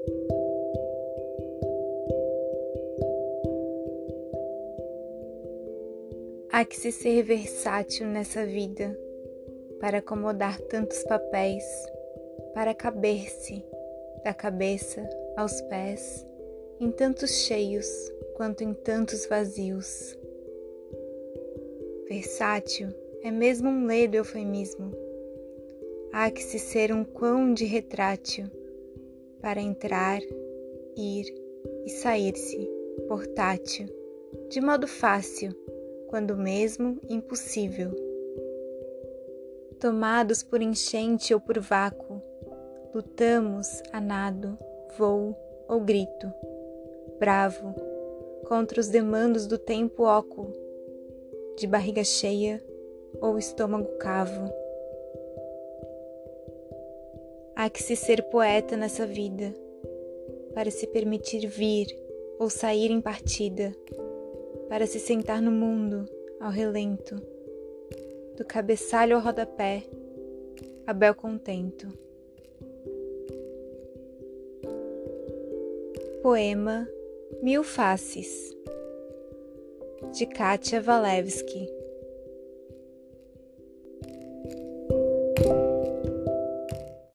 Há que se ser versátil nessa vida, para acomodar tantos papéis, para caber-se, da cabeça aos pés, em tantos cheios quanto em tantos vazios. Versátil é mesmo um ledo eufemismo. Há que se ser um quão de retrátil, para entrar, ir e sair-se, portátil, de modo fácil, quando mesmo impossível. Tomados por enchente ou por vácuo, lutamos a nado, voo ou grito, bravo, contra os demandos do tempo óculo, de barriga cheia ou estômago cavo. Há que se ser poeta nessa vida, para se permitir vir ou sair em partida, para se sentar no mundo ao relento, do cabeçalho ao rodapé, a bel contento. Poema Mil Faces, de Kátia Walewski.